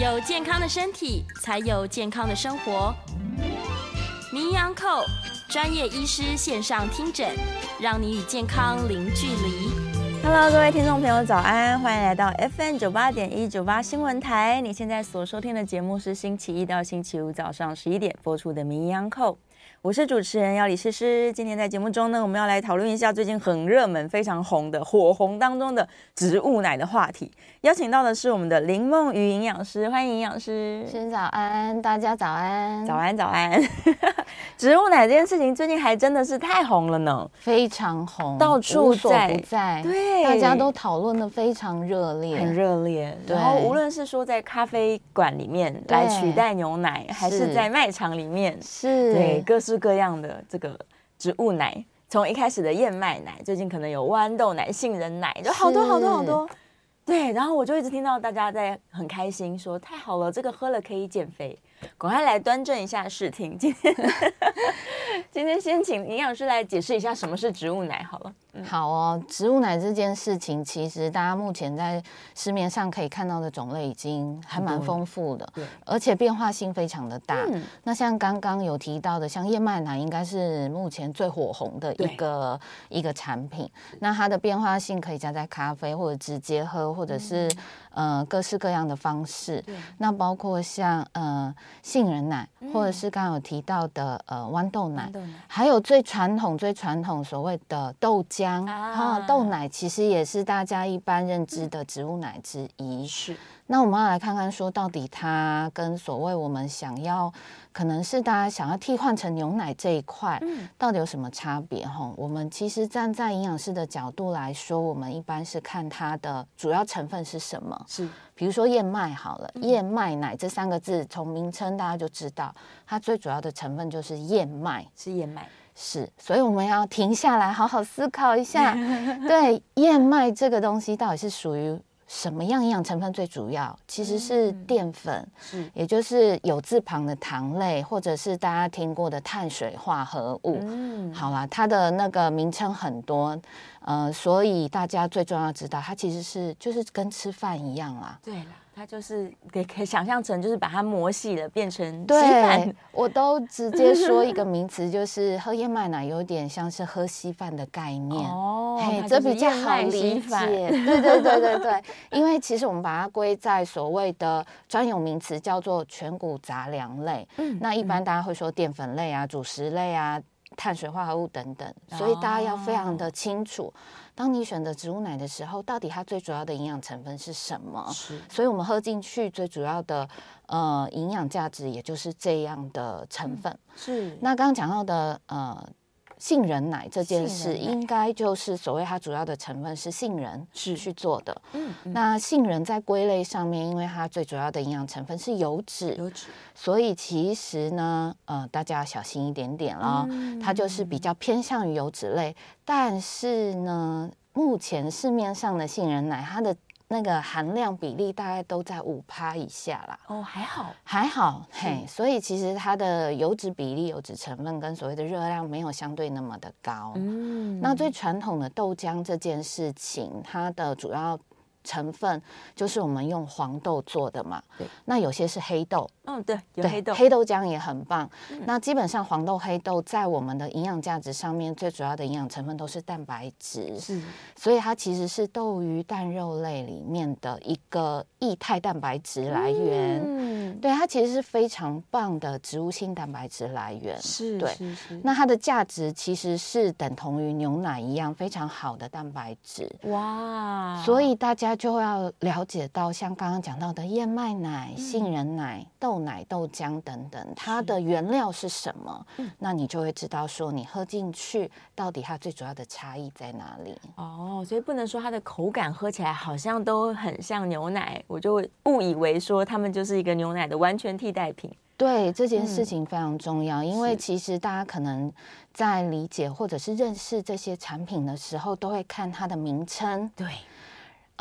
有健康的身体，才有健康的生活。名医安扣专业医师线上听诊，让你与健康零距离。 Hello， 各位听众朋友，早安！欢迎来到 FM 98.1 98新闻台。你现在所收听的节目是星期一到星期五早上11点播出的名医安扣。我是主持人要李诗诗。今天在节目中呢，我们要来讨论一下最近很热门、非常红的火红当中的植物奶的话题。邀请到的是我们的林梦瑜营养师，欢迎营养师。 先早安，大家早安， 早安早安。植物奶这件事情最近还真的是太红了呢， 非常红， 到处在， 无所不在， 对， 大家都讨论的非常热烈， 很热烈。然后无论是说在咖啡馆里面来取代牛奶，还是在卖场里面， 是， 对，各式各样的这个植物奶，从一开始的燕麦奶，最近可能有豌豆奶、杏仁奶，就好多好多好多。对，然后我就一直听到大家在很开心说，太好了，这个喝了可以减肥，赶快来端正一下视听。今天先请营养师来解释一下什么是植物奶好了。 好哦，植物奶这件事情，其实大家目前在市面上可以看到的种类已经还蛮丰富的，而且变化性非常的大。那像刚刚有提到的，像燕麦奶应该是目前最火红的一个产品。那它的变化性可以加在咖啡，或者直接喝，或者是各式各样的方式。那包括像杏仁奶，或者是刚刚有提到的豌豆奶，还有最传统所谓的豆浆。豆奶其实也是大家一般认知的植物奶之一。是，那我们要来看看说，到底它跟所谓我们想要，可能是大家想要替换成牛奶这一块，到底有什么差别？我们其实站在营养师的角度来说，我们一般是看它的主要成分是什么。是，比如说燕麦好了，燕麦奶这3个字从名称大家就知道，它最主要的成分就是燕麦， 是燕麦。 是，所以我们要停下来好好思考一下，对，燕麦这个东西到底是属于什么样营养成分最主要？其实是淀粉，也就是有字旁的糖类，或者是大家听过的碳水化合物。好啦，它的那个名称很多，所以大家最重要知道，它其实就是跟吃饭一样啦。 对啦。它就是可以想象成，就是把它磨细了变成稀饭。 对，我都直接说一个名词，就是喝燕麦奶有点像是喝稀饭的概念。这比较好理解。对，因为其实我们把它归在所谓的专有名词叫做全谷杂粮类。那一般大家会说淀粉类啊、主食类啊、碳水化合物等等，所以大家要非常的清楚。当你选择植物奶的时候，到底它最主要的营养成分是什么？所以我们喝进去最主要的营养价值，也就是这样的成分。是。那刚刚讲到的杏仁奶这件事，应该就是所谓它主要的成分是杏仁去做的。那杏仁在归类上面，因为它最主要的营养成分是油脂，所以其实呢，大家要小心一点点咯。它就是比较偏向于油脂类，但是呢，目前市面上的杏仁奶，它的那个含量比例大概都在5%以下啦。还好，所以其实它的油脂比例、油脂成分跟所谓的热量没有相对那么的高。那最传统的豆浆这件事情，它的主要成分就是我们用黄豆做的嘛。那有些是黑豆。 对，有黑豆， 黑豆浆也很棒。那基本上黄豆、黑豆在我们的营养价值上面，最主要的营养成分都是蛋白质，所以它其实是豆鱼蛋肉类里面的一个液态蛋白质来源。对，它其实是非常棒的植物性蛋白质来源。对，那它的价值其实是等同于牛奶一样非常好的蛋白质。哇！所以大家就要了解到，像刚刚讲到的燕麦奶、杏仁奶、豆奶、豆浆等等，它的原料是什么？那你就会知道说，你喝进去到底它最主要的差异在哪里。 所以不能说它的口感喝起来好像都很像牛奶，我就误以为说它们就是一个牛奶的完全替代品。 对，这件事情非常重要，因为其实大家可能在理解或者是认识这些产品的时候，都会看它的名称。对。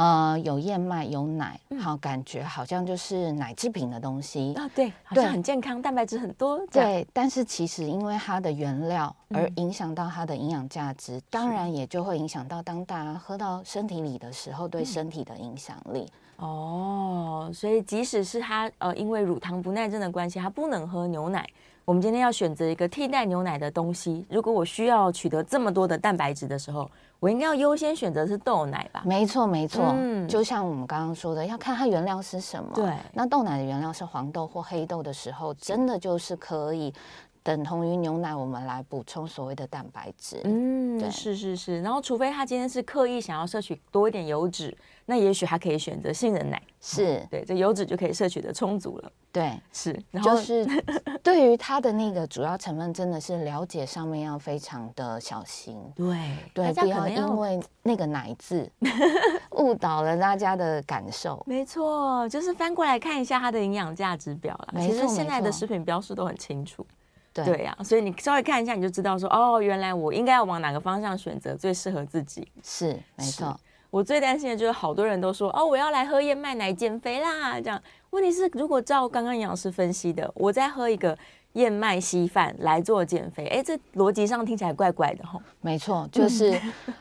有燕麦有奶，好，感觉好像就是奶制品的东西对，好像很健康，蛋白质很多。 对，但是其实因为它的原料而影响到它的营养价值，当然也就会影响到当大家喝到身体里的时候对身体的影响力。 所以即使是他因为乳糖不耐症的关系，他不能喝牛奶。我们今天要选择一个替代牛奶的东西，如果我需要取得这么多的蛋白质的时候，我应该要优先选择是豆奶吧？ 没错，没错。就像我们刚刚说的，要看它原料是什么。 对，那豆奶的原料是黄豆或黑豆的时候，真的就是可以等同于牛奶，我们来补充所谓的蛋白质。 对，是。然后，除非他今天是刻意想要摄取多一点油脂，那也许他可以选择杏仁奶。对，这油脂就可以摄取的充足了。 对， 是。 然后就是对于它的那个主要成分，真的是了解上面要非常的小心。对，不要因为那个奶字误导了大家的感受。 没错，就是翻过来看一下它的营养价值表啦。其实现在的食品标示都很清楚。对呀，所以你稍微看一下，你就知道说，原来我应该要往哪个方向选择最适合自己。 是，没错。 我最担心的就是好多人都说，我要来喝燕麦奶减肥啦，这样。问题是，如果照刚刚营养师分析的，我再喝一个燕麦稀饭来做减肥，这逻辑上听起来怪怪的吼。 没错，就是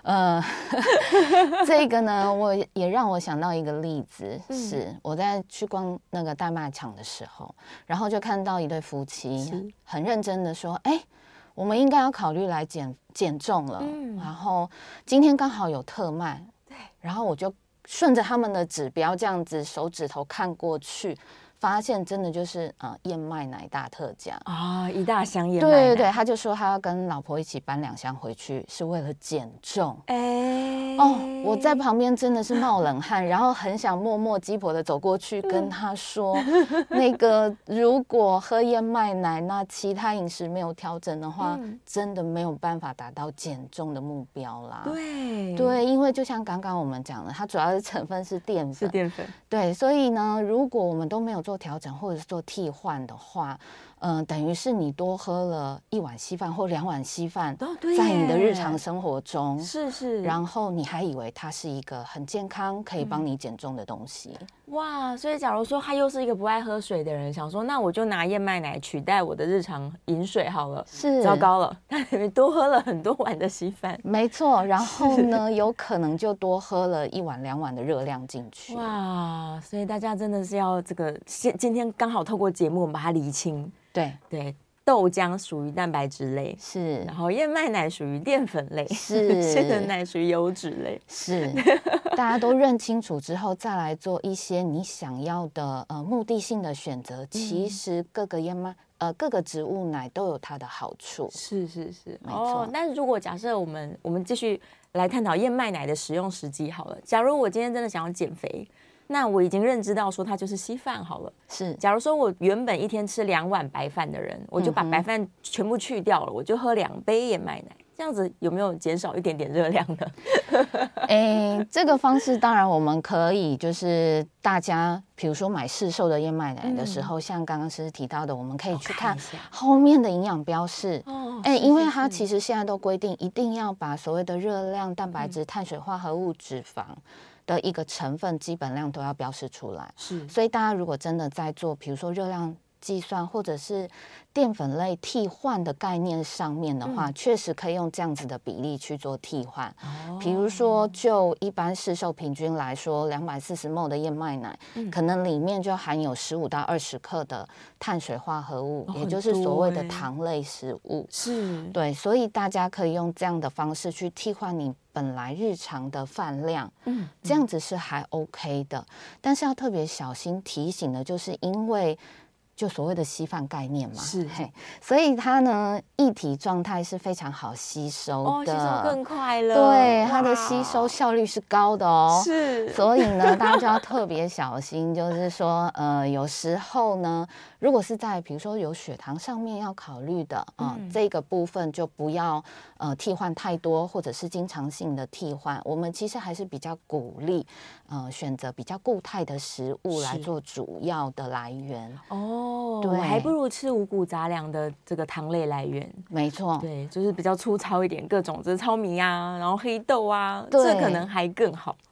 这个呢，我也让我想到一个例子，是我在去逛那个大卖场的时候，然后就看到一对夫妻很认真的说，我们应该要考虑来减重了，然后今天刚好有特卖，然后我就顺着他们的指标这样子手指头看过去，发现真的就是燕麦奶大特价一大箱燕麦奶。 对，他就说他要跟老婆一起搬2箱回去，是为了减重。我在旁边真的是冒冷汗，然后很想默默鸡婆的走过去跟他说，那个如果喝燕麦奶，那其他饮食没有调整的话，真的没有办法达到减重的目标啦。对，因为就像刚刚我们讲的，它主要的成分是淀粉。对，所以呢，如果我们都没有做调整或者是做替换的话，等于是你多喝了1碗稀饭或2碗稀饭，在你的日常生活中， 是， 然后你还以为它是一个很健康可以帮你减重的东西。 哇，所以假如说他又是一个不爱喝水的人，想说那我就拿燕麦奶取代我的日常饮水好了，糟糕了，他里面多喝了很多碗的稀饭。 没错，然后呢，有可能就多喝了1碗2碗的热量进去。 哇，所以大家真的是要这个，今天刚好透过节目我们把它厘清。对，豆浆属于蛋白质类， 是， 然后燕麦奶属于淀粉类， 是， 杏仁奶属于油脂类， 是。大家都认清楚之后，再来做一些你想要的目的性的选择。其实各个植物奶都有它的好处。 是， 没错。 但是如果假设我们继续来探讨燕麦奶的使用时机好了，假如我今天真的想要减肥。那我已经认知到说它就是稀饭好了。 是， 假如说我原本一天吃2碗白饭的人，我就把白饭全部去掉了，我就喝2杯燕麦奶，这样子有没有减少一点点热量呢？ 这个方式当然我们可以，就是大家比如说买市售的燕麦奶的时候，像刚刚是提到的，我们可以去看后面的营养标示。因为它其实现在都规定一定要把所谓的热量、蛋白质、碳水化合物、脂肪的一个成分基本量都要标示出来。所以大家如果真的在做比如说热量计算或者是淀粉类替换的概念上面的话，确实可以用这样子的比例去做替换。比如说就一般市售平均来说240ml 的燕麦奶，可能里面就含有15到20克的碳水化合物，也就是所谓的糖类食物。 是， 对，所以大家可以用这样的方式去替换你本来日常的饭量，这样子是还 OK 的。但是要特别小心提醒的，就是因为就所谓的稀饭概念嘛，所以它呢液体状态是非常好吸收的， 吸收更快了。 对，它的吸收效率是高的哦。 是， 所以呢，大家就要特别小心，就是说，有时候呢，如果是在比如说有血糖上面要考虑的这个部分就不要替换太多，或者是经常性的替换。我们其实还是比较鼓励选择比较固态的食物来做主要的来源。 对，还不如吃五谷杂粮的这个糖类来源。 没错， 对，就是比较粗糙一点，各种就是糙米啊，然后黑豆啊，这可能还更好。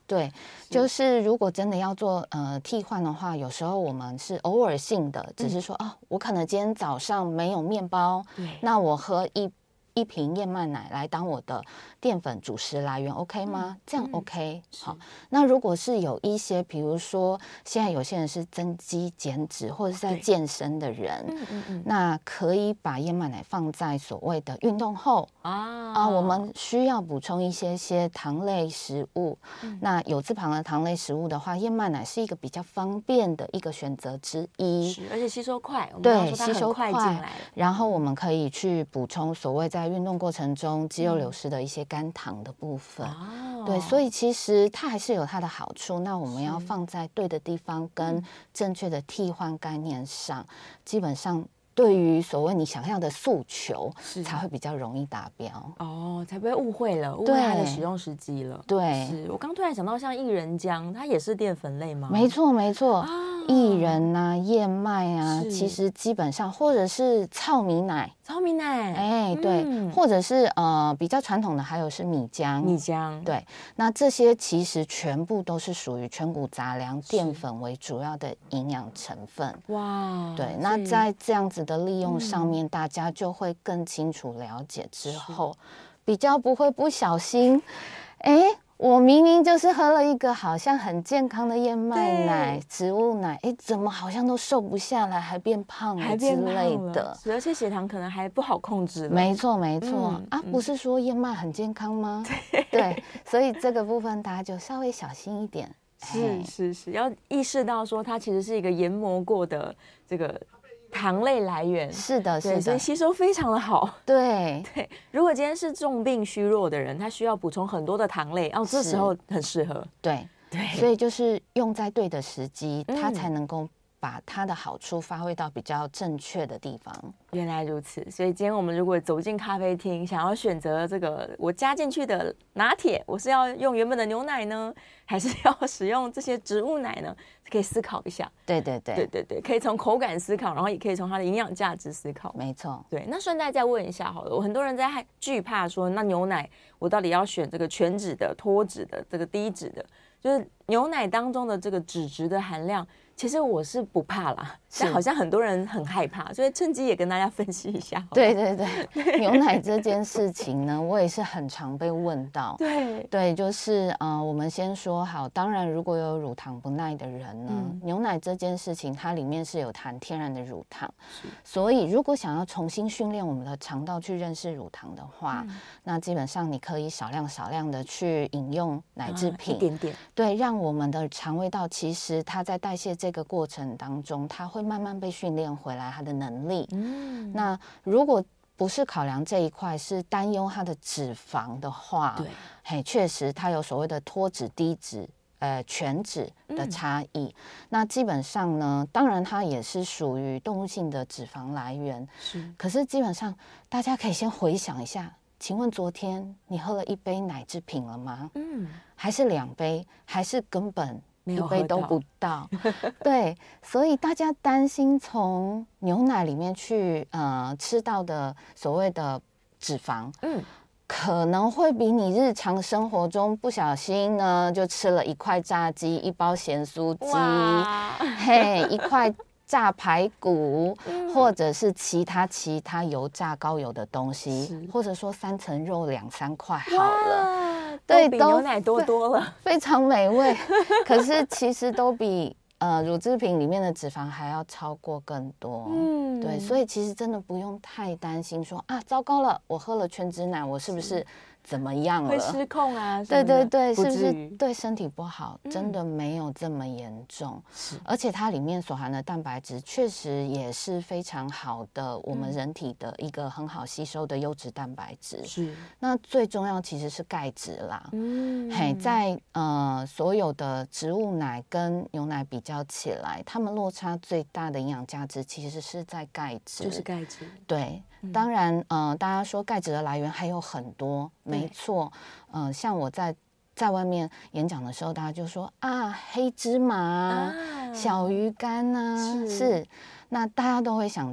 对，就是如果真的要做替换的话，有时候我们是偶尔性的，只是说我可能今天早上没有面包，那我喝一瓶燕麦奶来当我的淀粉主食来源 ，OK 吗？这样 OK。好，那如果是有一些，比如说现在有些人是增肌减脂或者是在健身的人，那可以把燕麦奶放在所谓的运动后我们需要补充一些糖类食物。那有字旁的糖类食物的话，燕麦奶是一个比较方便的一个选择之一， 而且吸收快。 对，吸收快进来了。 然后我们可以去补充所谓在运动过程中肌肉流失的一些肝糖的部分。对，所以其实它还是有它的好处。那我们要放在对的地方跟正确的替换概念上，基本上对于所谓你想要的诉求才会比较容易达标才不会误会了，误会它的使用时机了。 对， 是我刚突然想到，像薏仁浆，它也是淀粉类吗？ 没错没错，薏仁啊、燕麦啊，其实基本上或者是糙米奶，对，或者是比较传统的还有是米浆，对，那这些其实全部都是属于全谷杂粮淀粉为主要的营养成分。哇，对，那在这样子的利用上面，大家就会更清楚了解之后，比较不会不小心，我明明就是喝了一个好像很健康的燕麦奶、植物奶，怎么好像都瘦不下来，还变胖了之类的， 而且血糖可能还不好控制了。 没错没错不是说燕麦很健康吗？对，所以这个部分大家就稍微小心一点。 是，要意识到说它其实是一个研磨过的这个糖类来源。是的，所以吸收非常的好。对，如果今天是重病虚弱的人，他需要补充很多的糖类，这时候很适合。对，所以就是用在对的时机，它才能够把它的好处发挥到比较正确的地方。原来如此，所以今天我们如果走进咖啡厅，想要选择这个我加进去的拿铁，我是要用原本的牛奶呢，还是要使用这些植物奶呢？可以思考一下。对，可以从口感思考，然后也可以从它的营养价值思考。没错。对，那顺带再问一下好了，我很多人在惧怕说，那牛奶我到底要选这个全脂的、脱脂的、这个低脂的，就是牛奶当中的这个脂质的含量。其实我是不怕啦，但好像很多人很害怕，所以趁机也跟大家分析一下。对，牛奶这件事情呢，我也是很常被问到。对，就是我们先说好，当然如果有乳糖不耐的人呢，牛奶这件事情它里面是有含天然的乳糖，所以如果想要重新训练我们的肠道去认识乳糖的话，那基本上你可以少量的去饮用奶制品，一点点，对，让我们的肠胃道其实它在代谢这个过程当中，它会慢慢被训练回来它的能力。那如果不是考量这一块，是担忧它的脂肪的话，确实它有所谓的脱脂、低脂、全脂的差异。那基本上呢，当然它也是属于动物性的脂肪来源，可是基本上大家可以先回想一下，请问昨天你喝了1杯奶制品了吗？还是2杯，还是根本1杯都不到？对，所以大家担心从牛奶里面去吃到的所谓的脂肪，可能会比你日常生活中不小心呢就吃了1块炸鸡、1包咸酥鸡，1块炸排骨，或者是其他油炸高油的东西，或者说3层肉2、3块好了，对，比牛奶多了，非常美味。可是其实都比乳制品里面的脂肪还要超过更多。对，所以其实真的不用太担心说糟糕了，我喝了全脂奶，我是不是怎么样了？会失控啊？对，是不是对身体不好？真的没有这么严重。而且它里面所含的蛋白质确实也是非常好的，我们人体的一个很好吸收的优质蛋白质。那最重要其实是钙质啦。在所有的植物奶跟牛奶比较起来，它们落差最大的营养价值其实是在钙质，就是钙质。对。当然大家说钙质的来源还有很多，没错。像我在外面演讲的时候，大家就说黑芝麻小鱼干是，那大家都会想到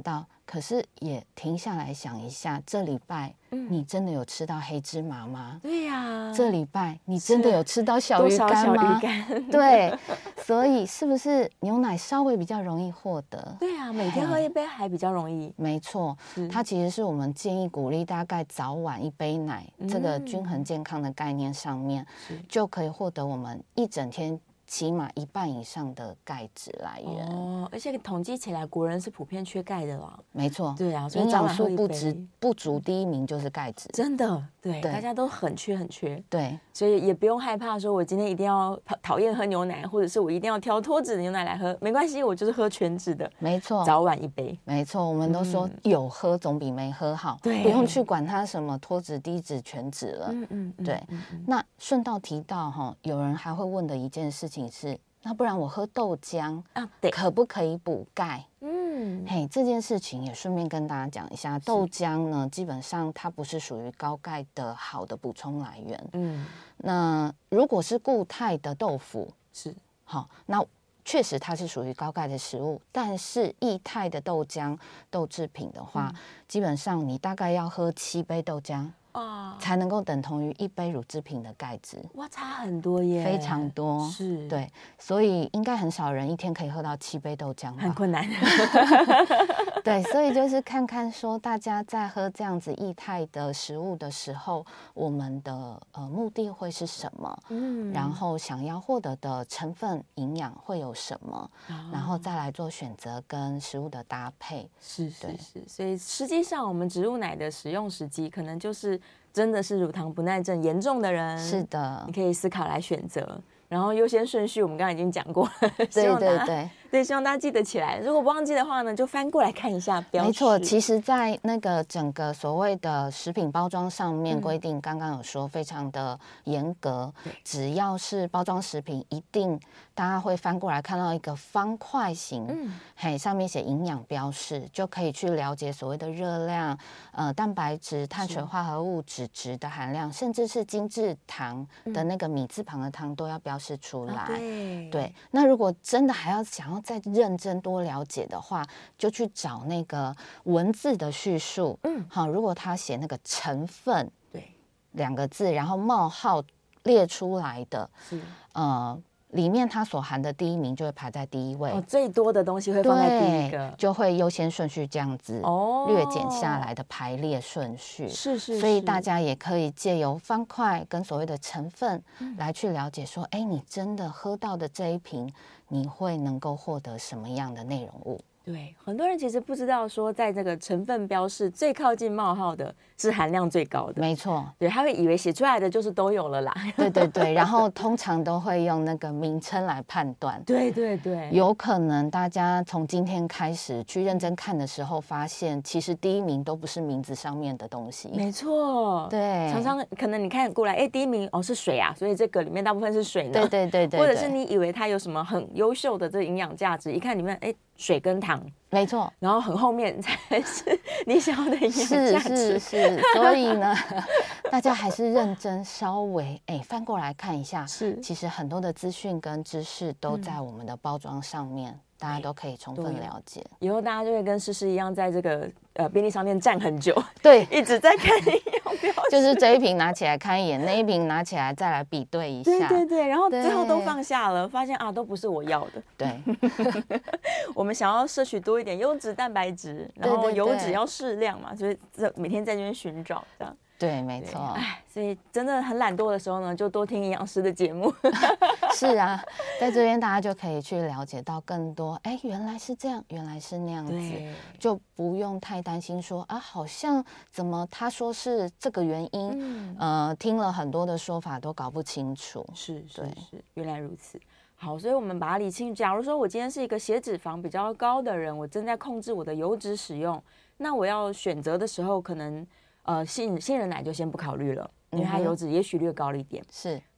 可是也停下来想一下，这礼拜你真的有吃到黑芝麻吗？ 对呀， 这礼拜你真的有吃到小鱼干吗？ 多少小鱼干？ 对，所以是不是牛奶稍微比较容易获得？ 对啊，每天喝一杯还比较容易。 没错，它其实是我们建议鼓励大概早晚一杯奶，这个均衡健康的概念上面，就可以获得我们一整天起码1半以上的钙质来源哦，而且统计起来，国人是普遍缺钙的啦。 没错， 对啊，所以营养素不足第1名就是钙质， 真的，对，大家都很缺， 对， 所以也不用害怕说我今天一定要讨厌喝牛奶，或者是我一定要挑脱脂的牛奶来喝，没关系，我就是喝全脂的， 没错， 早晚一杯， 没错，我们都说有喝总比没喝好， 对， 不用去管它什么脱脂、低脂、全脂了，对。那顺道提到哈，有人还会问的一件事情是，那不然我喝豆浆啊，可不可以补钙？这件事情也顺便跟大家讲一下，豆浆呢，基本上它不是属于高钙的好的补充来源。那如果是固态的豆腐，是好，那确实它是属于高钙的食物，但是液态的豆浆、豆制品的话，基本上你大概要喝7杯豆浆。才能够等同于1杯乳制品的钙质。 哇，差很多耶， 非常多， 是， 对，所以应该很少人一天可以喝到7杯豆浆吧， 很困难。 对，所以就是看看说大家在喝这样子液态的食物的时候，我们的目的会是什么？然后想要获得的成分营养会有什么？然后再来做选择跟食物的搭配。 是，所以实际上我们植物奶的使用时机可能就是真的是乳糖不耐症严重的人， 是的， 你可以思考来选择。然后优先顺序我们刚刚已经讲过了，对，希望大家记得起来。如果忘记的话呢，就翻过来看一下标示。 没错，其实在那个整个所谓的食品包装上面规定，刚刚有说非常的严格，只要是包装食品，一定大家会翻过来看到一个方块型，上面写营养标示，就可以去了解所谓的热量、蛋白质、碳水化合物、脂质的含量，甚至是精制糖的那个米字旁的糖都要标示出来。对，那如果真的还要想要再认真多了解的话，就去找那个文字的叙述。好，如果他写那个成分，对，2个字，然后冒号列出来的，里面它所含的第1名就会排在第1位， 最多的东西会放在第一个， 就会优先顺序这样子略减下来的排列顺序。 是， 所以大家也可以借由方块跟所谓的成分来去了解说，你真的喝到的这一瓶，你会能够获得什么样的内容物？ 对，很多人其实不知道说，在这个成分标示最靠近冒号的是含量最高的。 没错， 对，他会以为写出来的就是都有了啦。 对，然后通常都会用那个名称来判断。 对， 有可能大家从今天开始去认真看的时候，发现其实第1名都不是名字上面的东西。 没错， 对， 常常可能你看过来，第1名是水啊，所以这个里面大部分是水呢。 对， 或者是你以为它有什么很优秀的这个营养价值，一看里面水跟糖， 没错， 然后很后面才是你想要的营养价值。 是，所以呢，大家还是认真稍微翻过来看一下。是，其实很多的资讯跟知识都在我们的包装上面，大家都可以充分了解。 以后大家就会跟诗诗一样，在这个便利商店站很久， 对， 一直在看营养标示， 就是这一瓶拿起来看一眼，那一瓶拿起来再来比对一下。 对，然后最后都放下了，发现都不是我要的。 对， 我们想要摄取多一点优质蛋白质，然后油脂要适量嘛，所以每天在这边寻找这样。 对，没错。 所以真的很懒惰的时候呢，就多听营养师的节目。 是啊，在这边大家就可以去了解到更多。原来是这样，原来是那样子，就不用太担心说好像怎么他说是这个原因，听了很多的说法都搞不清楚。 是，原来如此。好，所以我们把它理清。假如说我今天是一个血脂肪比较高的人，我正在控制我的油脂使用，那我要选择的时候，可能杏仁奶就先不考虑了，因为它油脂也许略高了一点。 是，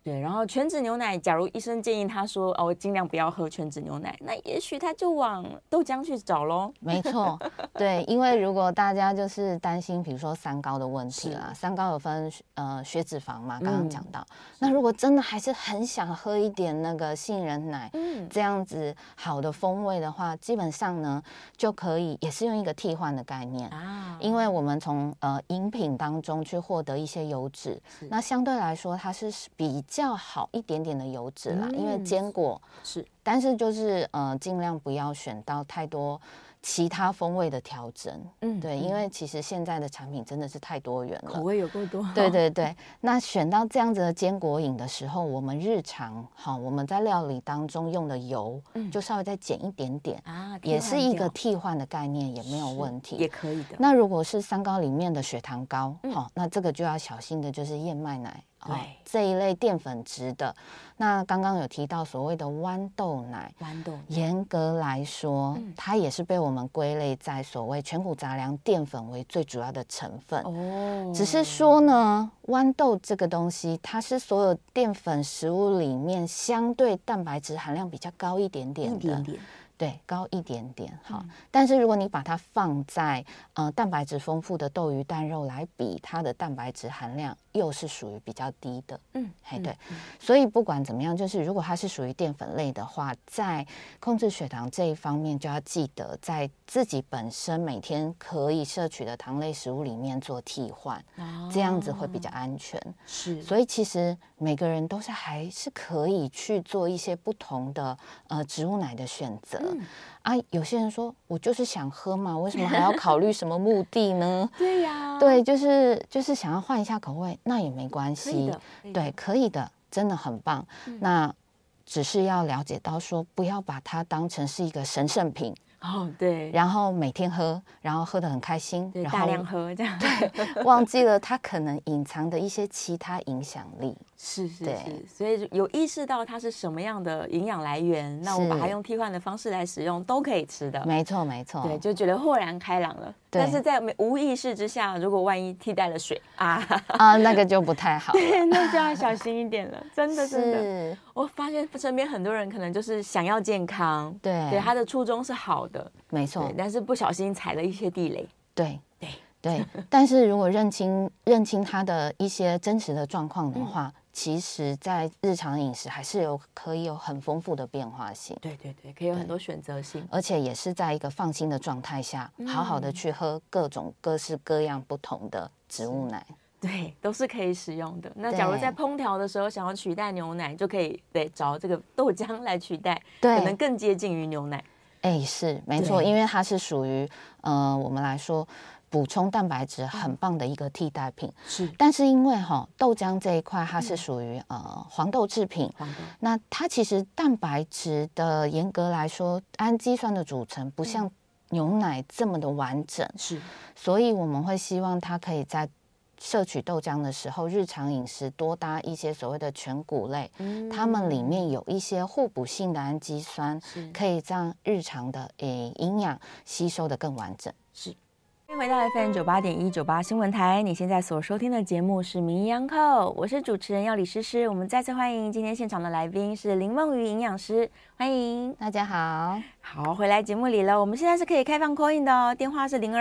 对，然后全脂牛奶，假如医生建议他说我尽量不要喝全脂牛奶，那也许他就往豆浆去找咯。 没错，对，因为如果大家就是担心比如说三高的问题啦，三高有分血脂肪嘛，刚刚讲到，那如果真的还是很想喝一点那个杏仁奶，这样子好的风味的话，基本上呢就可以也是用一个替换的概念啊，因为我们从饮品当中去获得一些油脂，那相对来说它是比较好一点点的油脂啦，因为坚果是， 但是就是尽量不要选到太多其他风味的调整，对，因为其实现在的产品真的是太多元了， 口味有够多。 对对对，那选到这样子的坚果饮的时候，我们日常我们在料理当中用的油，就稍微再减一点点啊，也是一个替换的概念，也没有问题， 也可以的。 那如果是三高里面的血糖高，那这个就要小心的，就是燕麦奶。这一类淀粉质的，那刚刚有提到所谓的豌豆奶，严格来说，它也是被我们归类在所谓全谷杂粮淀粉为最主要的成分。只是说呢，豌豆这个东西，它是所有淀粉食物里面相对蛋白质含量比较高一点点的。对，高一点点哈，但是如果你把它放在蛋白质丰富的豆鱼蛋肉来比，它的蛋白质含量又是属于比较低的。对，所以不管怎么样，就是如果它是属于淀粉类的话，在控制血糖这一方面，就要记得在自己本身每天可以摄取的糖类食物里面做替换，这样子会比较安全。是，所以其实每个人都是还是可以去做一些不同的植物奶的选择。有些人说我就是想喝嘛，为什么还要考虑什么目的呢？ 对呀， 对，就是想要换一下口味，那也没关系，对，可以的，真的很棒。那只是要了解到说，不要把它当成是一个神圣品。 对， 然后每天喝，然后喝得很开心， 然后大量喝这样， 对，忘记了它可能隐藏的一些其他影响力。 是，所以有意识到它是什么样的营养来源，那我把它用替换的方式来使用，都可以吃的。没错， 对，就觉得豁然开朗了。但是在无意识之下，如果万一替代了水那个就不太好了。 对，那就要小心一点了。真的，我发现身边很多人可能就是想要健康，对，他的初衷是好的， 没错， 但是不小心踩了一些地雷。 对，但是如果认清他的一些真实的状况的话，其实在日常饮食还是可以有很丰富的变化性。 对，可以有很多选择性， 而且也是在一个放心的状态下，好好的去喝各种各式各样不同的植物奶。 对，都是可以使用的。那假如在烹调的时候想要取代牛奶，就可以找这个豆浆来取代，可能更接近于牛奶。 是没错，因为它是属于我们来说补充蛋白质很棒的一个替代品。是，但是因为豆浆这一块它是属于黄豆制品，那它其实蛋白质的严格来说，氨基酸的组成不像牛奶这么的完整。是，所以我们会希望它可以在摄取豆浆的时候，日常饮食多搭一些所谓的全谷类，它们里面有一些互补性的氨基酸，可以让日常的营养吸收的更完整。是。 欢迎回到 FM98.1 98新闻台，你现在所收听的节目是名医央叩，我是主持人药理诗诗。我们再次欢迎今天现场的来宾是林梦瑜营养师，欢迎大家好。 好，回来节目里了，我们现在是可以开放 call in 的哦，电话是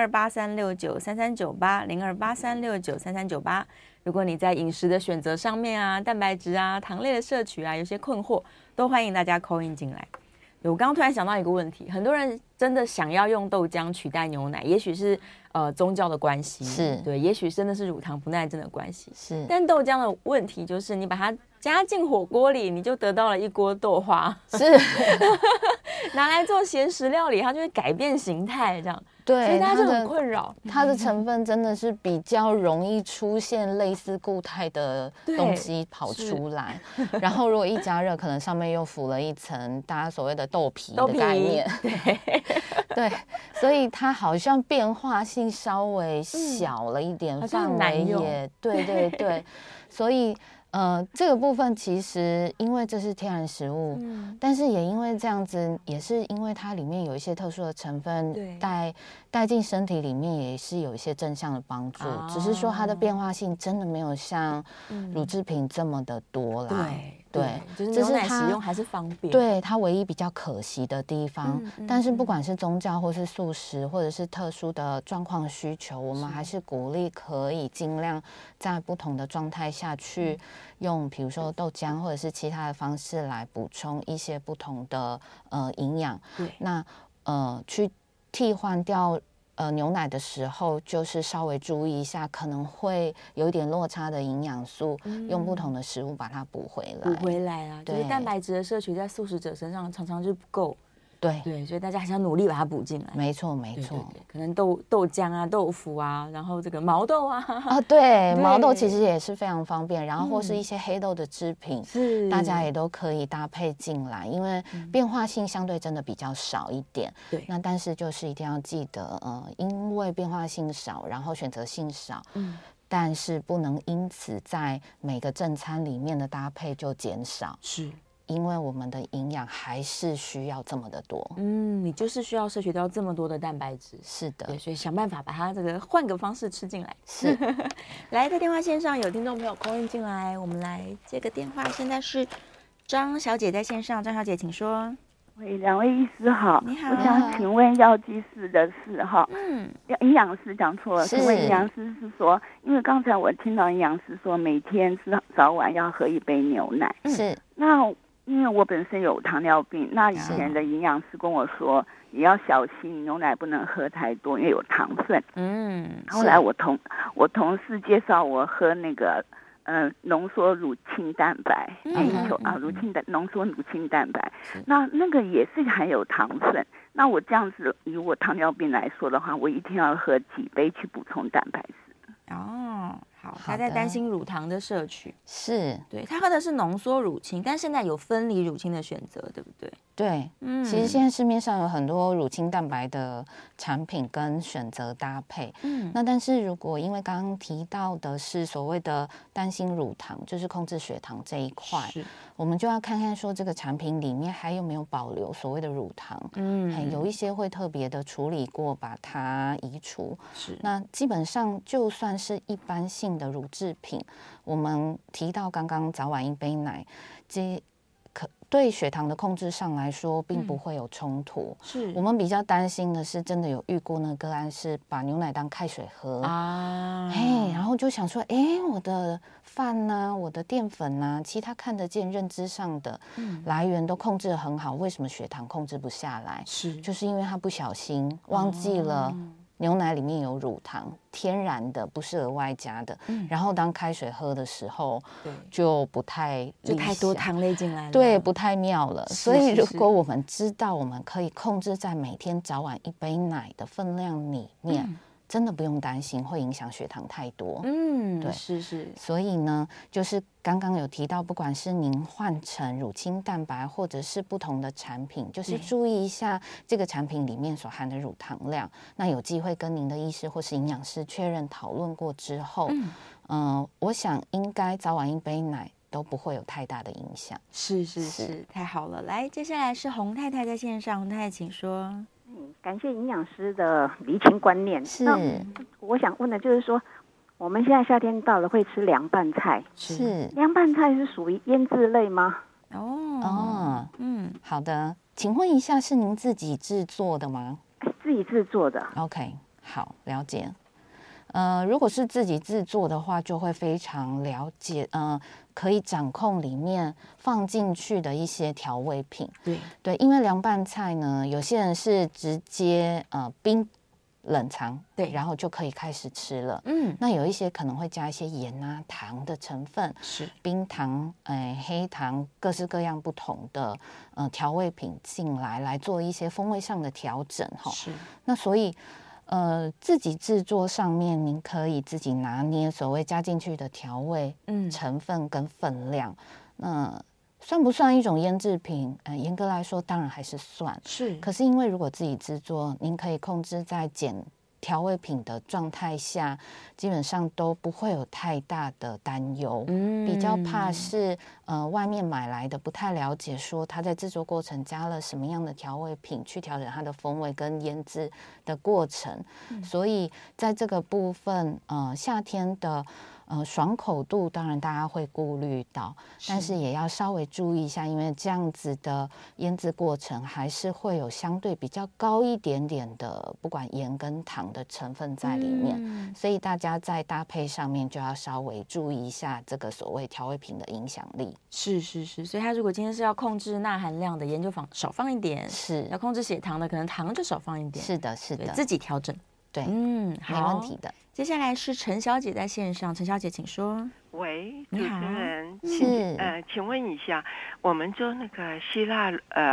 0283693398 0283693398。如果你在饮食的选择上面啊，蛋白质啊、糖类的摄取啊，有些困惑，都欢迎大家 call in 进来。我刚刚突然想到一个问题，很多人真的想要用豆浆取代牛奶，也许是宗教的关系，是对，也许真的是乳糖不耐症的关系，是。但豆浆的问题就是你把它加进火锅里，你就得到了一锅豆花，是拿来做咸食料理，它就会改变形态，这样。对，所以大家就很困扰。 它的成分真的是比较容易出现类似固态的东西跑出来，然后如果一加热，可能上面又浮了一层大家所谓的豆皮的概念。对，所以它好像变化性稍微小了一点，范围也对。所以这个部分其实因为这是天然食物，但是也因为这样子，也是因为它里面有一些特殊的成分带进身体里面，也是有一些正向的帮助。只是说它的变化性真的没有像乳制品这么的多啦。对， 就是牛奶使用还是方便。 对，它唯一比较可惜的地方。但是不管是宗教或是素食，或者是特殊的状况需求，我们还是鼓励可以尽量在不同的状态下去用，比如说豆浆或者是其他的方式来补充一些不同的营养。那去替换掉牛奶的时候，就是稍微注意一下，可能会有一点落差的营养素，用不同的食物把它补回来啊。就是蛋白质的摄取在素食者身上常常就不够。对，所以大家还是要努力把它补进来。 没错， 可能豆浆啊、豆腐啊，然后这个毛豆啊， 对，毛豆其实也是非常方便。然后或是一些黑豆的制品，大家也都可以搭配进来，因为变化性相对真的比较少一点。对，那但是就是一定要记得，因为变化性少，然后选择性少，但是不能因此在每个正餐里面的搭配就减少。是。因为我们的营养还是需要这么的多， 你就是需要摄取到这么多的蛋白质。 是的， 对，所以想办法把它这个换个方式吃进来。 是， 来，在电话线上有听众朋友 call in 进来，我们来接个电话。现在是张小姐在线上，张小姐请说。 喂，两位医师好， 你好。 我想请问药剂师的事哈，营养师讲错了，请问营养师是说，因为刚才我听到营养师说每天吃早晚要喝1杯牛奶， 是， 那因为我本身有糖尿病，那以前的营养师跟我说也要小心，牛奶不能喝太多，因为有糖分。后来我同事介绍我喝那个浓缩乳清蛋白，浓缩乳清蛋白，那个也是含有糖分。那我这样子以我糖尿病来说的话，我一天要喝几杯去补充蛋白质。 好，他在担心乳糖的摄取， 是对他喝的是浓缩乳清，但现在有分离乳清的选择，对不对？ 对，其实现在市面上有很多乳清蛋白的产品跟选择搭配，那但是如果因为刚刚提到的是所谓的担心乳糖，就是控制血糖这一块，我们就要看看说这个产品里面还有没有保留所谓的乳糖，有一些会特别的处理过，把它移除。那基本上就算是一般性的乳制品，我们提到刚刚早晚1杯奶，对血糖的控制上来说，并不会有冲突。我们比较担心的是，真的有遇过那个个案是把牛奶当开水喝然后就想说，我的饭啊，我的淀粉啊，其他看得见认知上的来源都控制得很好，为什么血糖控制不下来？就是因为他不小心忘记了。牛奶里面有乳糖，天然的，不是额外加的。然后当开水喝的时候，就不太就太多糖类进来了， 对，不太妙了。所以如果我们知道我们可以控制在每天早晚1杯奶的分量里面，真的不用担心会影响血糖太多。 对，是。 所以呢，就是刚刚有提到，不管是您换成乳清蛋白，或者是不同的产品，就是注意一下这个产品里面所含的乳糖量。那有机会跟您的医师或是营养师确认讨论过之后，我想应该早晚1杯奶都不会有太大的影响。 是，太好了。来，接下来是洪太太在线上，洪太太请说。 感谢营养师的厘清观念。那我想问的就是说，我们现在夏天到了，会吃凉拌菜。凉拌菜是属于腌制类吗？ 好的，请问一下，是您自己制作的吗？ 自己制作的。 OK， 好，了解。如果是自己制作的话，就会非常了解，可以掌控里面放进去的一些调味品。对，因为凉拌菜呢，有些人是直接冰冷藏，对，然后就可以开始吃了。那有一些可能会加一些盐啊、糖的成分，冰糖、黑糖，各式各样不同的调味品进来做一些风味上的调整哈。那所以。自己制作上面，您可以自己拿捏所谓加进去的调味成分跟分量。那算不算一种腌制品？严格来说，当然还是算。可是因为如果自己制作，您可以控制在调味品的状态下，基本上都不会有太大的担忧。比较怕是外面买来的不太了解，说它在制作过程加了什么样的调味品去调整它的风味跟腌制的过程。所以在这个部分，夏天的爽口度当然大家会顾虑到，但是也要稍微注意一下，因为这样子的腌制过程还是会有相对比较高一点点的不管盐跟糖的成分在里面，所以大家在搭配上面就要稍微注意一下这个所谓调味品的影响力。 是，所以它如果今天是要控制钠含量的，盐就少放一点；是要控制血糖的，可能糖就少放一点。 是的， 自己调整。 对，没问题的。 接下来是陈小姐在线上，陈小姐请说。 喂，主持人是， 请问一下，我们做那个希腊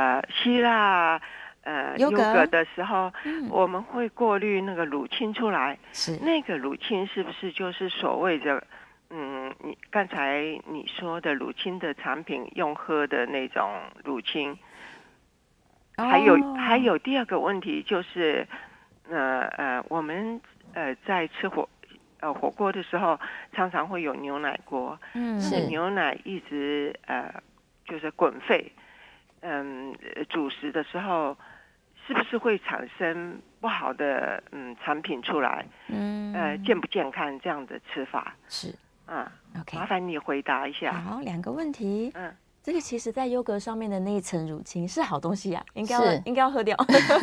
优格的时候，我们会过滤那个乳清出来， 是那个乳清是不是就是所谓的你刚才你说的乳清的产品用喝的那种乳清？还有第二个问题就是我们在吃火锅的时候，常常会有牛奶锅，那个牛奶一直就是滚沸，主食的时候是不是会产生不好的产品出来？健不健康这样的吃法？ 是 ，OK， 麻烦你回答一下。 好，2个问题。这个其实在优格上面的那一层乳清是好东西啊，应该要喝掉。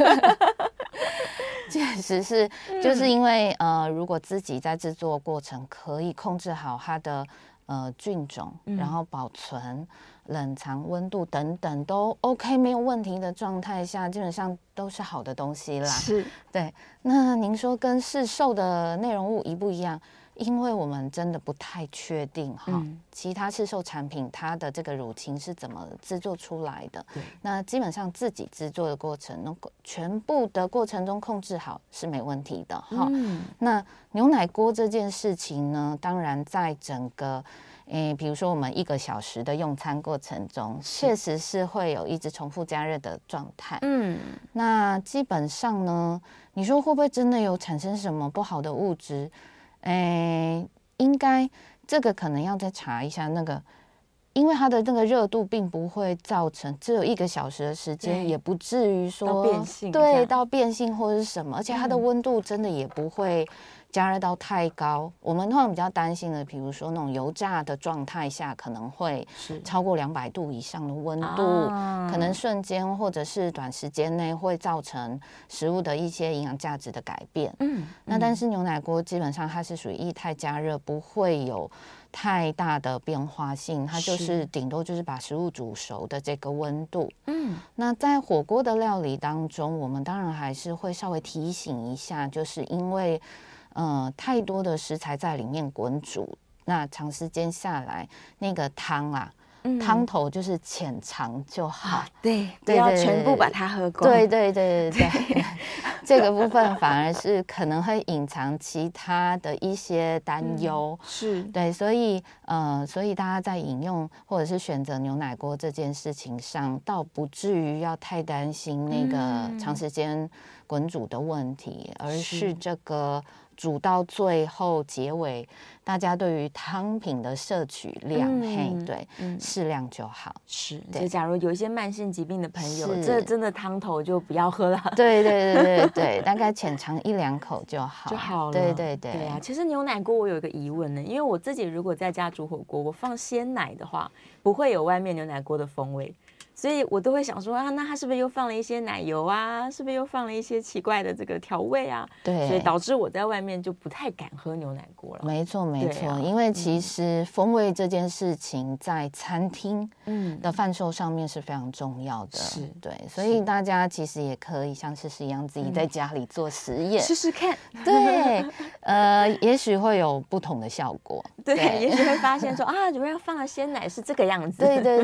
确实是，就是因为如果自己在制作过程可以控制好它的菌种，然后保存、冷藏温度等等都 OK 没有问题的状态下，基本上都是好的东西啦。 是， 对。那您说跟市售的内容物一不一样？因为我们真的不太确定其他市售产品它的这个乳清是怎么制作出来的。那基本上自己制作的过程，全部的过程中控制好是没问题的那牛奶锅这件事情呢，当然在整个比如说我们1个小时的用餐过程中，确实是会有一直重复加热的状态。那基本上呢，你说会不会真的有产生什么不好的物质？应该这个可能要再查一下那个，因为它的那个热度并不会造成只有1个小时的时间，也不至于说到变性， 对，到变性或者是什么，而且它的温度真的也不会加热到太高。我们通常比较担心的，比如说那种油炸的状态下，可能会超过200度以上的温度，可能瞬间或者是短时间内会造成食物的一些营养价值的改变。那但是牛奶锅基本上它是属于液态加热，不会有太大的变化性，它就是顶多就是把食物煮熟的这个温度。那在火锅的料理当中，我们当然还是会稍微提醒一下，就是因为太多的食材在里面滚煮，那长时间下来，那个汤汤头就是浅尝就好， 对，不要全部把它喝光。 对，这个部分反而是可能会隐藏其他的一些担忧。 是对，所以大家在饮用或者是选择牛奶锅这件事情上，倒不至于要太担心那个长时间滚煮的问题，而是这个煮到最后结尾，大家对于汤品的摄取量，适量就好。 是，就假如有一些慢性疾病的朋友，这真的汤头就不要喝了。 对，大概浅尝1-2口就好了。对啊，其实牛奶锅我有一个疑问呢，因为我自己如果在家煮火锅，我放鲜奶的话，不会有外面牛奶锅的风味。所以我都会想说那他是不是又放了一些奶油啊？是不是又放了一些奇怪的这个调味啊？ 对， 所以导致我在外面就不太敢喝牛奶锅了。 没错，因为其实风味这件事情在餐厅的贩售上面是非常重要的。对，所以大家其实也可以像诗诗一样自己在家里做实验， 试试看。 对，也许会有不同的效果。 对，也许会发现说原来放了鲜奶是这个样子。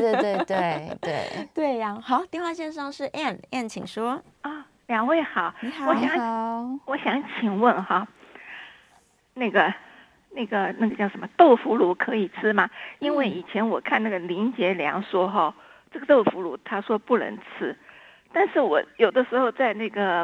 对呀，好，电话线上是 Ann， 请说。 两位好， 你好， 我想请问那个叫什么豆腐乳可以吃吗？因为以前我看那个林杰良说这个豆腐乳他说不能吃，但是我有的时候在那个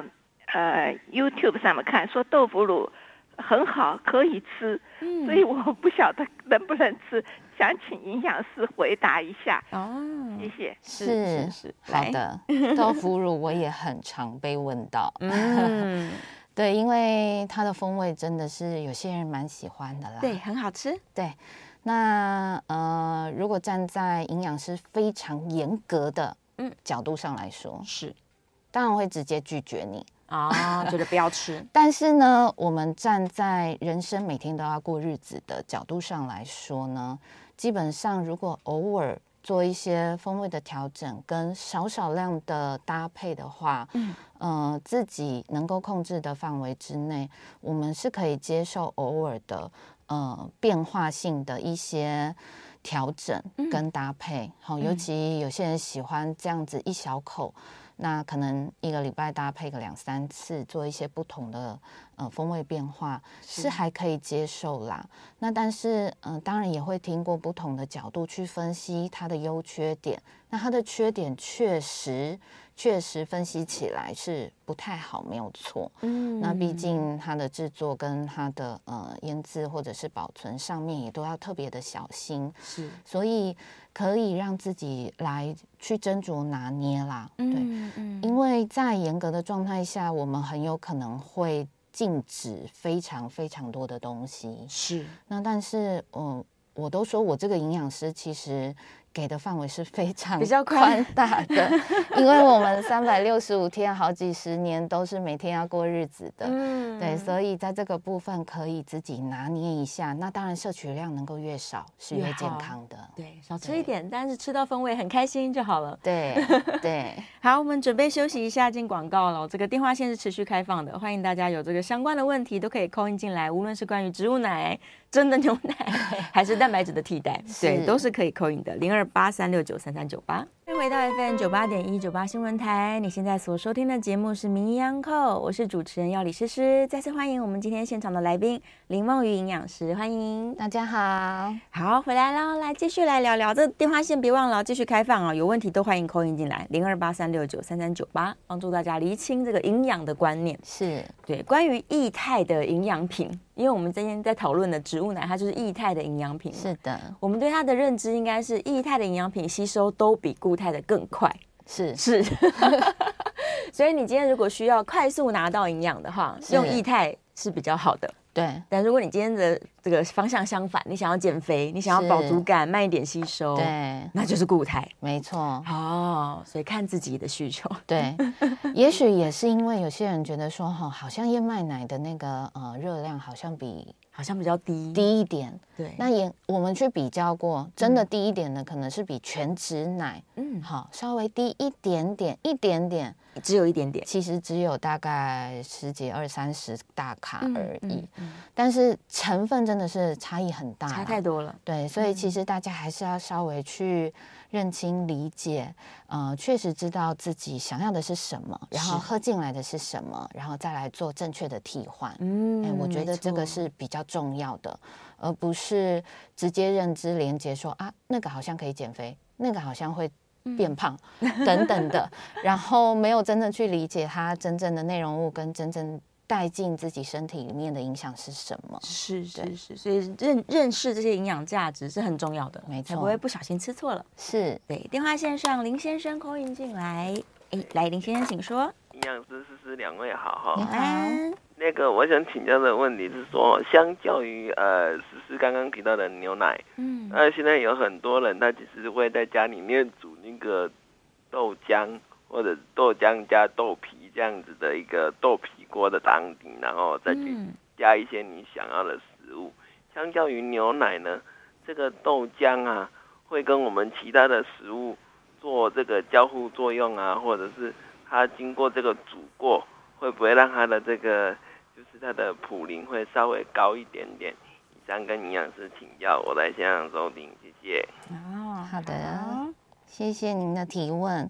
YouTube 上面看说豆腐乳很好，可以吃，所以我不晓得能不能吃，想请营养师回答一下。谢谢。 是好的，豆腐乳我也很常被问到。对，因为它的风味真的是有些人蛮喜欢的啦。 对，很好吃。 对，那如果站在营养师非常严格的角度上来说，是当然会直接拒绝你。 觉得不要吃。 但是呢，我们站在人生每天都要过日子的角度上来说呢，基本上如果偶尔做一些风味的调整跟少量的搭配的话，自己能够控制的范围之内，我们是可以接受偶尔的变化性的一些调整跟搭配。尤其有些人喜欢这样子一小口，那可能一个礼拜搭配个2-3次，做一些不同的风味变化，是还可以接受啦。那但是当然也会听过不同的角度去分析它的优缺点。那它的缺点确实分析起来是不太好，没有错。那毕竟它的制作跟它的腌制或者是保存上面也都要特别的小心，是，所以可以让自己来去斟酌拿捏啦。对，因为在严格的状态下，我们很有可能会禁止非常非常多的东西。是，那但是我都说我这个营养师其实给的范围是非常比较宽大的，因为我们365天好几十年都是每天要过日子的，对，所以在这个部分可以自己拿捏一下。那当然摄取量能够越少是越健康的， 对，少吃一点，但是吃到风味很开心就好了。 对对， 好，我们准备休息一下，进广告了。这个电话线是持续开放的，欢迎大家有这个相关的问题都可以 call in 进来，无论是关于植物奶、真的牛奶还是蛋白质的替代，对，都是可以 call in 的。0283693398。欢迎回到 FM 98.1 98新闻台，你现在所收听的节目是名医央叩，我是主持人要李诗诗。再次欢迎我们今天现场的来宾林梦瑜营养师，欢迎大家好。 好，回来了，来继续来聊聊这个电话线，别忘了继续开放哦，有问题都欢迎 call in 进来0283693398，帮助大家厘清这个营养的观念。 是对关于液态的营养品，因为我们今天在讨论的植物奶，它就是液态的营养品。 是的， 我们对它的认知应该是液态的营养品吸收都比固态的更快。是，所以你今天如果需要快速拿到营养的话，用液态是比较好的。对，但如果你今天的这个方向相反，你想要减肥，你想要饱足感，慢一点吸收，对，那就是固态。没错。所以看自己的需求。对， 也许也是因为有些人觉得说，好像燕麦奶的那个热量好像比较低一点。对，那我们去比较过，真的低一点的可能是比全脂奶，稍微低一点点， 只有一点点， 其实只有大概10几20-30大卡而已。但是成分真的是差异很大， 差太多了。 对，所以其实大家还是要稍微去认清理解，确实知道自己想要的是什么，然后喝进来的是什么，然后再来做正确的替换。我觉得这个是比较重要的，而不是直接认知连结说那个好像可以减肥，那个好像会变胖等等的，然后没有真正去理解它真正的内容物跟真正带进自己身体里面的影响是什么。 是，所以认识这些营养价值是很重要的，没错，才不会不小心吃错了。是，对。电话线上林先生 call in 进来，来，林先生请说。 营养师诗诗两位好。 你好。 那个我想请教的问题是说，相较于诗诗刚刚提到的牛奶，现在有很多人他其实会在家里面煮那个豆浆或者豆浆加豆皮这样子的一个豆皮锅的汤底，然后再去加一些你想要的食物。相较于牛奶呢，这个豆浆啊会跟我们其他的食物做这个交互作用啊，或者是它经过这个煮过，会不会让它的这个就是它的普林会稍微高一点点？以上跟营养师请教，我在线上收听，谢谢。 好的，谢谢您的提问。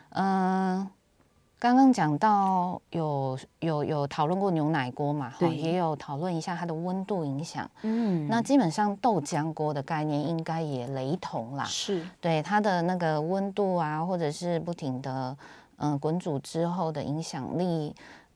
刚刚讲到有讨论过牛奶锅嘛，也有讨论一下它的温度影响。那基本上豆浆锅的概念应该也雷同啦。是，对它的那个温度啊，或者是不停的滚煮之后的影响力，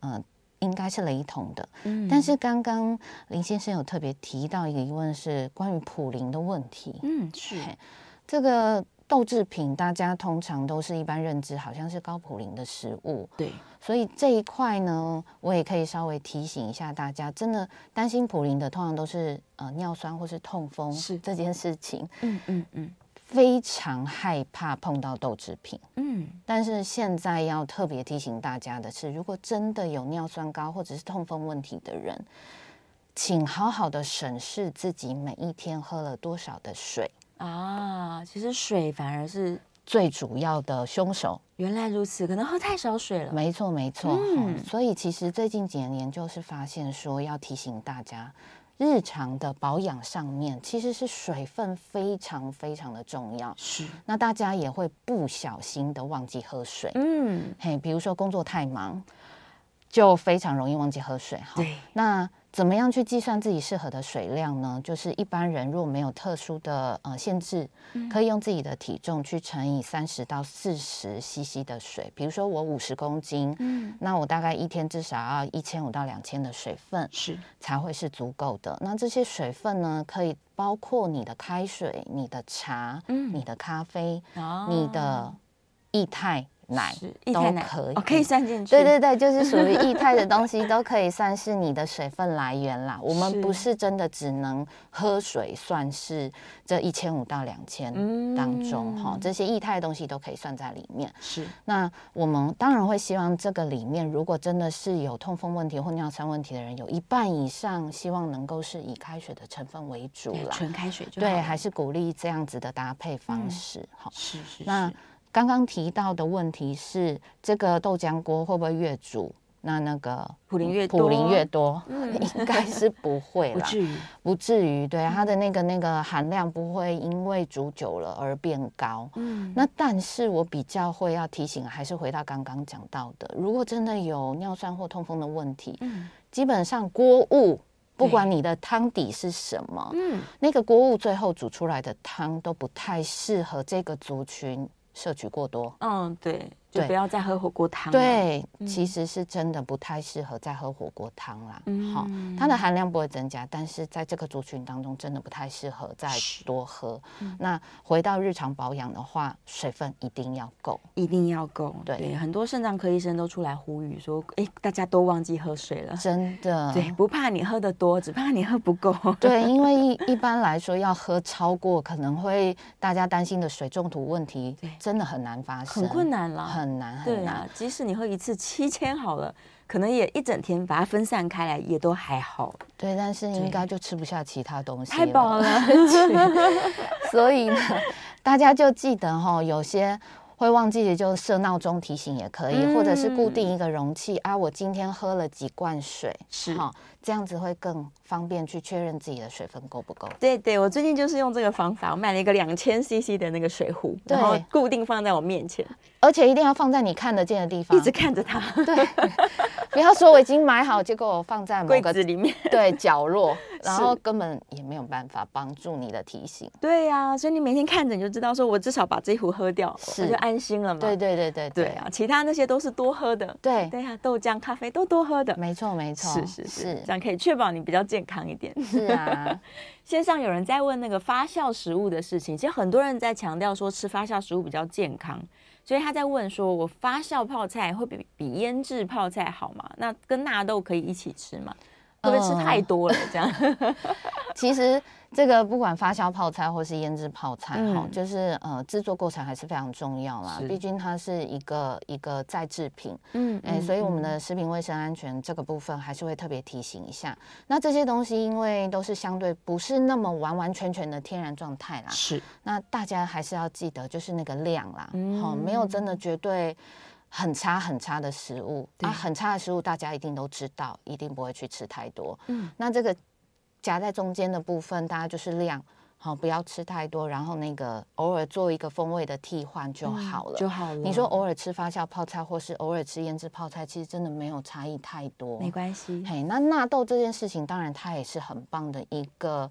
应该是雷同的。但是刚刚林先生有特别提到一个疑问，是关于普林的问题。 是这个豆制品，大家通常都是一般认知好像是高普林的食物， 对， 所以这一块呢，我也可以稍微提醒一下大家，真的担心普林的，通常都是尿酸或是痛风这件事情，非常害怕碰到豆制品，但是现在要特别提醒大家的是，如果真的有尿酸高或者是痛风问题的人，请好好的审视自己每一天喝了多少的水。 其实水反而是最主要的凶手。 原来如此，可能喝太少水了。 没错没错，所以其实最近几年研究是发现说，要提醒大家，日常的保养上面其实是水分非常非常的重要。 是， 那大家也会不小心的忘记喝水。比如说工作太忙，就非常容易忘记喝水。 对， 那怎么样去计算自己适合的水量呢？就是一般人如果没有特殊的限制，可以用自己的体重去乘以30到40 CC 的水。比如说我50公斤，那我大概一天至少要1500到2000的水分，才会是足够的。那这些水分呢，可以包括你的开水、你的茶、你的咖啡、你的液态奶都可以， 可以算进去。 对对对，就是属于液态的东西都可以算是你的水分来源啦。我们不是真的只能喝水算是这1500到2000当中这些液态的东西都可以算在里面。 是， 那我们当然会希望这个里面，如果真的是有痛风问题或尿酸问题的人，有1半以上希望能够是以开水的成分为主啦， 纯开水就好。 对，还是鼓励这样子的搭配方式。 是。 那刚刚提到的问题是，这个豆浆锅会不会越煮，那个普林越多？应该是不会啦，不至于。对，它的那个含量不会因为煮久了而变高。那但是我比较会要提醒，还是回到刚刚讲到的，如果真的有尿酸或痛风的问题，基本上锅物，不管你的汤底是什么，那个锅物最后煮出来的汤都不太适合这个族群摄取过多。 对，就不要再喝火锅汤了。 对，其实是真的不太适合再喝火锅汤啦。它的含量不会增加，但是在这个族群当中真的不太适合再多喝。那回到日常保养的话，水分一定要够， 一定要够。 对， 很多肾脏科医生都出来呼吁说，大家都忘记喝水了。 真的， 对，不怕你喝得多，只怕你喝不够。 对，因为一般来说要喝超过，可能会大家担心的水中毒问题，真的很难发生， 很困难啦， 很难。 对啊，即使你喝一次7000好了，可能也一整天把它分散开来，也都还好。 对，但是应该就吃不下其他东西了， 太饱了。 所以呢，大家就记得有些会忘记的，就设闹钟提醒也可以，或者是固定一个容器我今天喝了几罐水，这样子会更方便去确认自己的水分够不够。 对，我最近就是用这个方法，我买了一个2000 CC 的那个水壶，然后固定放在我面前， 而且一定要放在你看得见的地方， 一直看着它。 对，不要说我已经买好，结果我放在某个柜子里面， 对，角落，然后根本也没有办法帮助你的提醒。 对呀，所以你每天看着你就知道，说我至少把这一壶喝掉，我就安心了嘛。对啊，其他那些都是多喝的。对啊，豆浆、咖啡都多喝的。 没错， 是，这样可以确保你比较健康一点。 是啊。 线上有人在问那个发酵食物的事情，其实很多人在强调说吃发酵食物比较健康，所以他在问说，我发酵泡菜会比腌制泡菜好吗？那跟纳豆可以一起吃吗？会不会吃太多了？这样其实这个不管发酵泡菜或是腌制泡菜就是制作过程还是非常重要啦，毕竟它是一个再制品，所以我们的食品卫生安全这个部分还是会特别提醒一下。那这些东西因为都是相对不是那么完完全全的天然状态啦， 是， 那大家还是要记得就是那个量啦，没有真的绝对很差的食物很差的食物大家一定都知道，一定不会去吃太多。那这个夹在中间的部分，大家就是量，不要吃太多，然后那个偶尔做一个风味的替换就好了。你说偶尔吃发酵泡菜，或是偶尔吃腌制泡菜，其实真的没有差异太多， 没关系。 那纳豆这件事情，当然它也是很棒的一个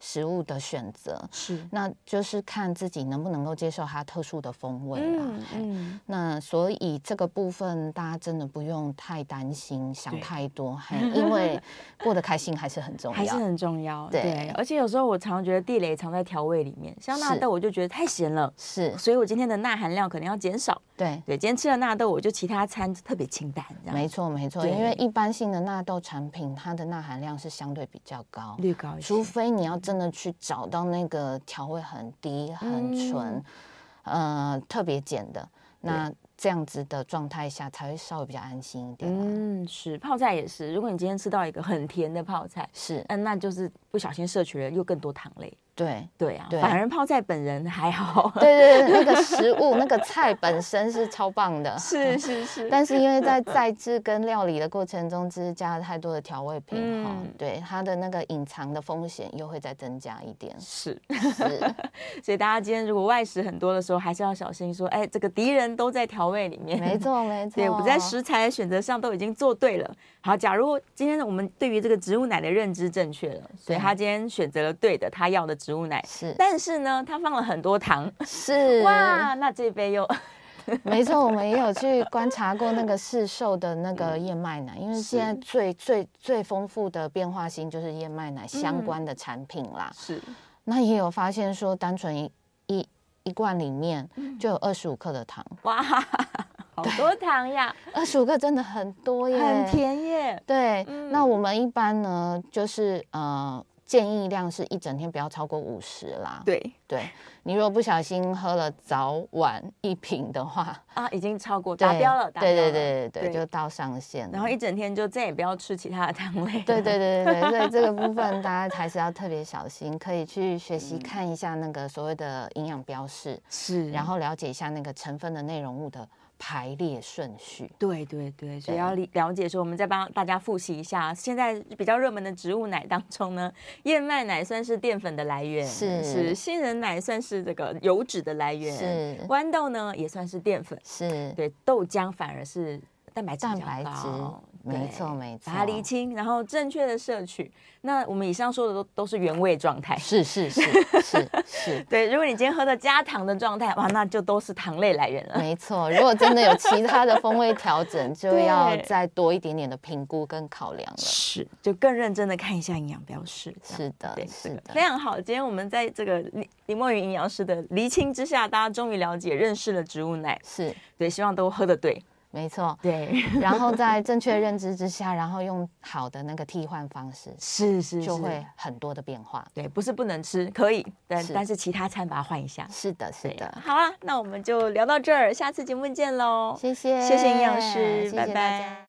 食物的选择，是，那就是看自己能不能够接受它特殊的风味啦。那所以这个部分大家真的不用太担心，想太多，因为过得开心还是很重要， 还是很重要。对，而且有时候我常觉得地雷藏在调味里面，像纳豆我就觉得太咸了，是，所以我今天的钠含量可能要减少。对，今天吃了纳豆，我就其他餐特别清淡。 没错，因为一般性的纳豆产品，它的钠含量是相对比较高，略高一些，除非你要真的去找到那个调味很低、很纯，特别碱的，那这样子的状态下才会稍微比较安心一点。 是，泡菜也是，如果你今天吃到一个很甜的泡菜，是，那就是不小心摄取了又更多糖类。对啊，反而泡菜本人还好。 对，那个食物那个菜本身是超棒的， 是。 但是因为在制跟料理的过程中，就是加了太多的调味品，对它的那个隐藏的风险又会再增加一点。 是，所以大家今天如果外食很多的时候，还是要小心说，这个敌人都在调味里面。 没错。 对，我在食材的选择上都已经做对了。好，假如今天我们对于这个植物奶的认知正确了，所以他今天选择了对的，他要的植物奶是，但是呢，他放了很多糖， 是哇，那这杯又没错，我们也有去观察过那个市售的那个燕麦奶，因为现在最丰富的变化性就是燕麦奶相关的产品啦。是，那也有发现说，单纯一罐里面就有25克的糖， 哇，好多糖呀 ！25克真的很多耶， 很甜耶。 对，那我们一般呢，就是建议量是一整天不要超过50啦。对，你如果不小心喝了早晚1瓶的话， 已经超过达标了。 对，就到上限了。 然后一整天就再也不要吃其他的糖类。 对，所以这个部分大家还是要特别小心，可以去学习看一下那个所谓的营养标示，是，然后了解一下那个成分的内容物的排列顺序。 对，所以要了解说，我们再帮大家复习一下，现在比较热门的植物奶当中呢，燕麦奶算是淀粉的来源，是杏仁奶算是这个油脂的来源，是豌豆呢也算是淀粉，是对，豆浆反而是蛋白质比较高。 没错， 把它厘清，然后正确的摄取。那我们以上说的都是原味状态， 是。 对，如果你今天喝的加糖的状态，哇，那就都是糖类来源了。 没错，如果真的有其他的风味调整，就要再多一点点的评估跟考量了。 是，就更认真的看一下营养标示。 是的， 非常好。今天我们在这个林墨云营养师的厘清之下，大家终于了解、认识了植物奶。是对，希望都喝得对。 没错，对，然后在正确认知之下，然后用好的那个替换方式，是，就会很多的变化。 对，不是不能吃，可以，但是其他餐把它换一下。 是的。 好啊，那我们就聊到这儿，下次节目见喽。 谢谢营养师，拜拜。